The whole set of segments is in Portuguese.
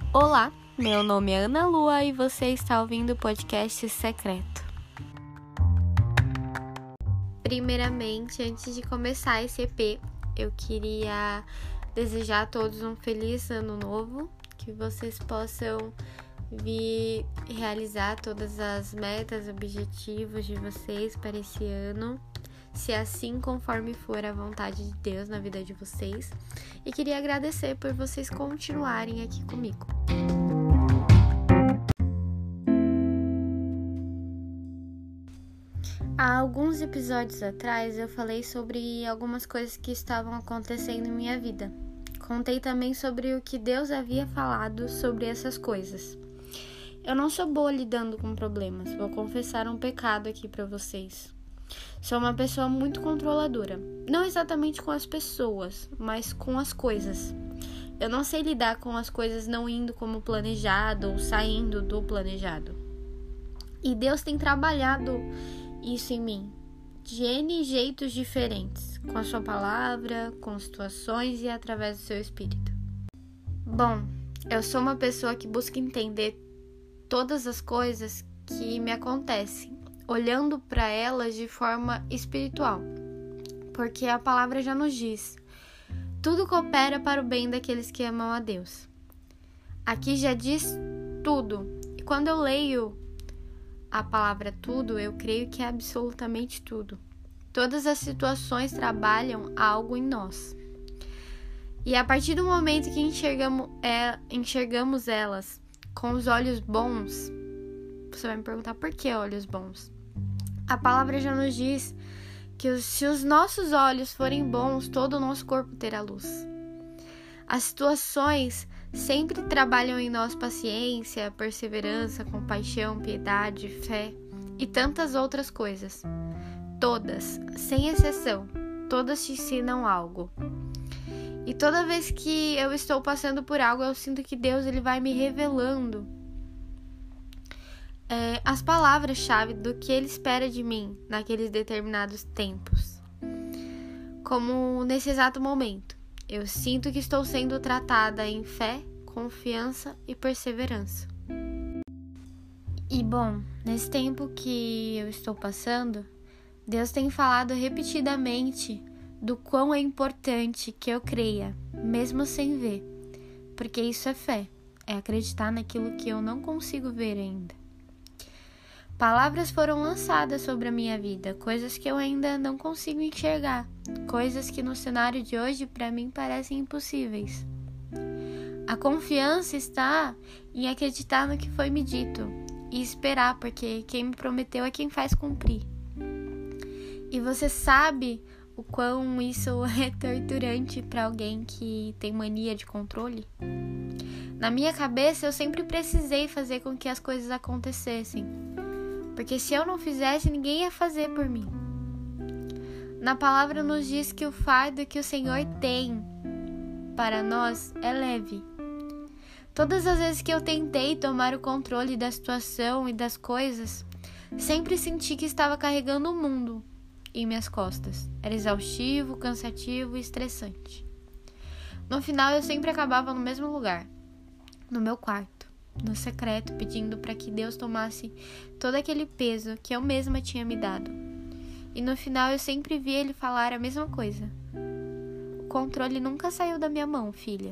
Olá, meu nome é Ana Lua e você está ouvindo o podcast Secreto. Primeiramente, antes de começar esse EP, eu queria desejar a todos um feliz ano novo, que vocês possam vir realizar todas as metas, objetivos de vocês para esse ano, se assim conforme for a vontade de Deus na vida de vocês. E queria agradecer por vocês continuarem aqui comigo. Há alguns episódios atrás eu falei sobre algumas coisas que estavam acontecendo em minha vida. Contei também sobre o que Deus havia falado sobre essas coisas. Eu não sou boa lidando com problemas, vou confessar um pecado aqui para vocês. Sou uma pessoa muito controladora, não exatamente com as pessoas, mas com as coisas. Eu não sei lidar com as coisas não indo como planejado ou saindo do planejado. E Deus tem trabalhado isso em mim, de N jeitos diferentes, com a sua palavra, com situações e através do seu espírito. Bom, eu sou uma pessoa que busca entender todas as coisas que me acontecem, olhando para elas de forma espiritual, porque a palavra já nos diz: tudo coopera para o bem daqueles que amam a Deus. Aqui já diz tudo, e quando eu leio a palavra tudo, eu creio que é absolutamente tudo. Todas as situações trabalham algo em nós. E a partir do momento que enxergamos elas com os olhos bons, você vai me perguntar por que olhos bons? A palavra já nos diz que se os nossos olhos forem bons, todo o nosso corpo terá luz. As situações sempre trabalham em nós paciência, perseverança, compaixão, piedade, fé e tantas outras coisas. Todas, sem exceção, todas te ensinam algo. E toda vez que eu estou passando por algo, eu sinto que Deus ele vai me revelando as palavras-chave do que Ele espera de mim naqueles determinados tempos. Como nesse exato momento, eu sinto que estou sendo tratada em fé, confiança e perseverança. E bom, nesse tempo que eu estou passando, Deus tem falado repetidamente do quão é importante que eu creia, mesmo sem ver, porque isso é fé, é acreditar naquilo que eu não consigo ver ainda. Palavras foram lançadas sobre a minha vida, coisas que eu ainda não consigo enxergar, coisas que no cenário de hoje para mim parecem impossíveis. A confiança está em acreditar no que foi me dito e esperar, porque quem me prometeu é quem faz cumprir. E você sabe o quão isso é torturante para alguém que tem mania de controle? Na minha cabeça eu sempre precisei fazer com que as coisas acontecessem, porque se eu não fizesse, ninguém ia fazer por mim. Na palavra nos diz que o fardo que o Senhor tem para nós é leve. Todas as vezes que eu tentei tomar o controle da situação e das coisas, sempre senti que estava carregando o mundo em minhas costas. Era exaustivo, cansativo e estressante. No final, eu sempre acabava no mesmo lugar, no meu quarto, no secreto, pedindo para que Deus tomasse todo aquele peso que eu mesma tinha me dado. E no final eu sempre via Ele falar a mesma coisa: o controle nunca saiu da minha mão, filha.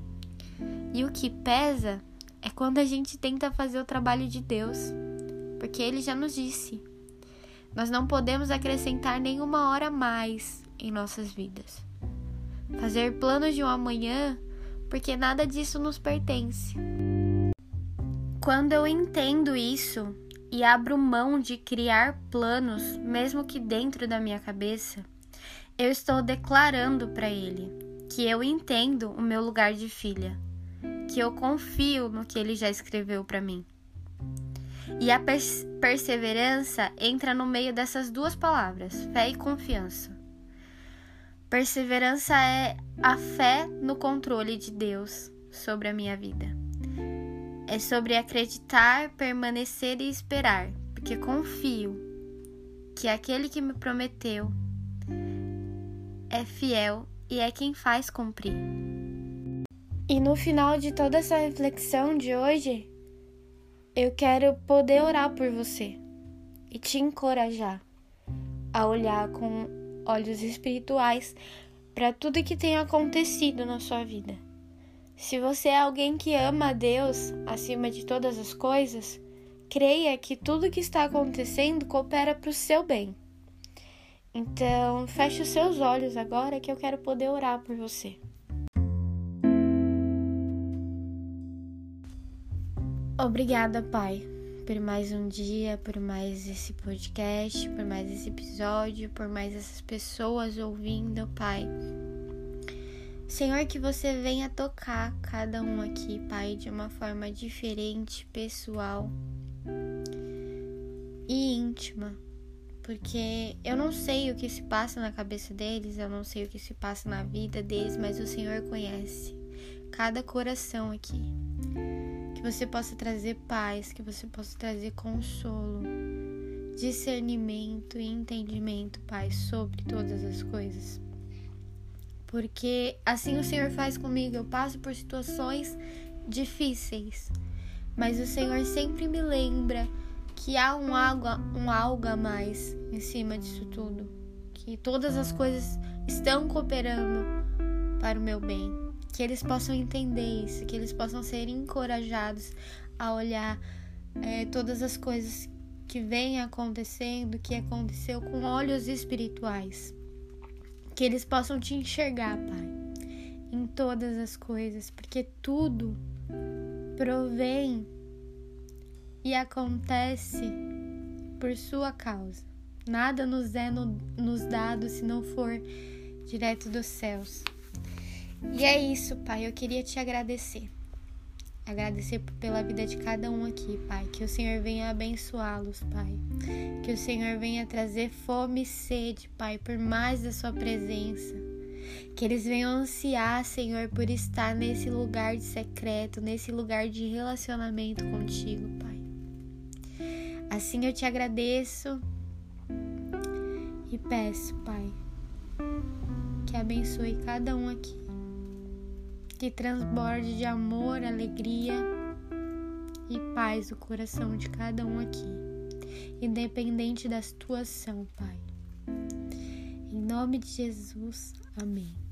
E o que pesa é quando a gente tenta fazer o trabalho de Deus, porque Ele já nos disse: nós não podemos acrescentar nenhuma hora a mais em nossas vidas. Fazer planos de um amanhã, porque nada disso nos pertence. Quando eu entendo isso e abro mão de criar planos, mesmo que dentro da minha cabeça, eu estou declarando para Ele que eu entendo o meu lugar de filha, que eu confio no que Ele já escreveu para mim. E a perseverança entra no meio dessas duas palavras, fé e confiança. Perseverança é a fé no controle de Deus sobre a minha vida. É sobre acreditar, permanecer e esperar, porque confio que aquele que me prometeu é fiel e é quem faz cumprir. E no final de toda essa reflexão de hoje, eu quero poder orar por você e te encorajar a olhar com olhos espirituais para tudo que tem acontecido na sua vida. Se você é alguém que ama a Deus acima de todas as coisas, creia que tudo que está acontecendo coopera para o seu bem. Então, feche os seus olhos agora que eu quero poder orar por você. Obrigada, Pai, por mais um dia, por mais esse podcast, por mais esse episódio, por mais essas pessoas ouvindo, Pai. Senhor, que você venha tocar cada um aqui, Pai, de uma forma diferente, pessoal e íntima. Porque eu não sei o que se passa na cabeça deles, eu não sei o que se passa na vida deles, mas o Senhor conhece cada coração aqui. Que você possa trazer paz, que você possa trazer consolo, discernimento e entendimento, Pai, sobre todas as coisas. Porque assim o Senhor faz comigo, eu passo por situações difíceis, mas o Senhor sempre me lembra que há um algo a mais em cima disso tudo, que todas as coisas estão cooperando para o meu bem. Que eles possam entender isso, que eles possam ser encorajados a olhar todas as coisas que vêm acontecendo, que aconteceu com olhos espirituais. Que eles possam te enxergar, Pai, em todas as coisas, porque tudo provém e acontece por sua causa. Nada nos é nos dado se não for direto dos céus. E é isso, Pai, eu queria te agradecer pela vida de cada um aqui, Pai, que o Senhor venha abençoá-los, Pai, que o Senhor venha trazer fome e sede, Pai, por mais da sua presença, que eles venham ansiar, Senhor, por estar nesse lugar de secreto, nesse lugar de relacionamento contigo, Pai. Assim eu te agradeço e peço, Pai, que abençoe cada um aqui, que transborde de amor, alegria e paz o coração de cada um aqui, independente da situação, Pai. Em nome de Jesus, amém.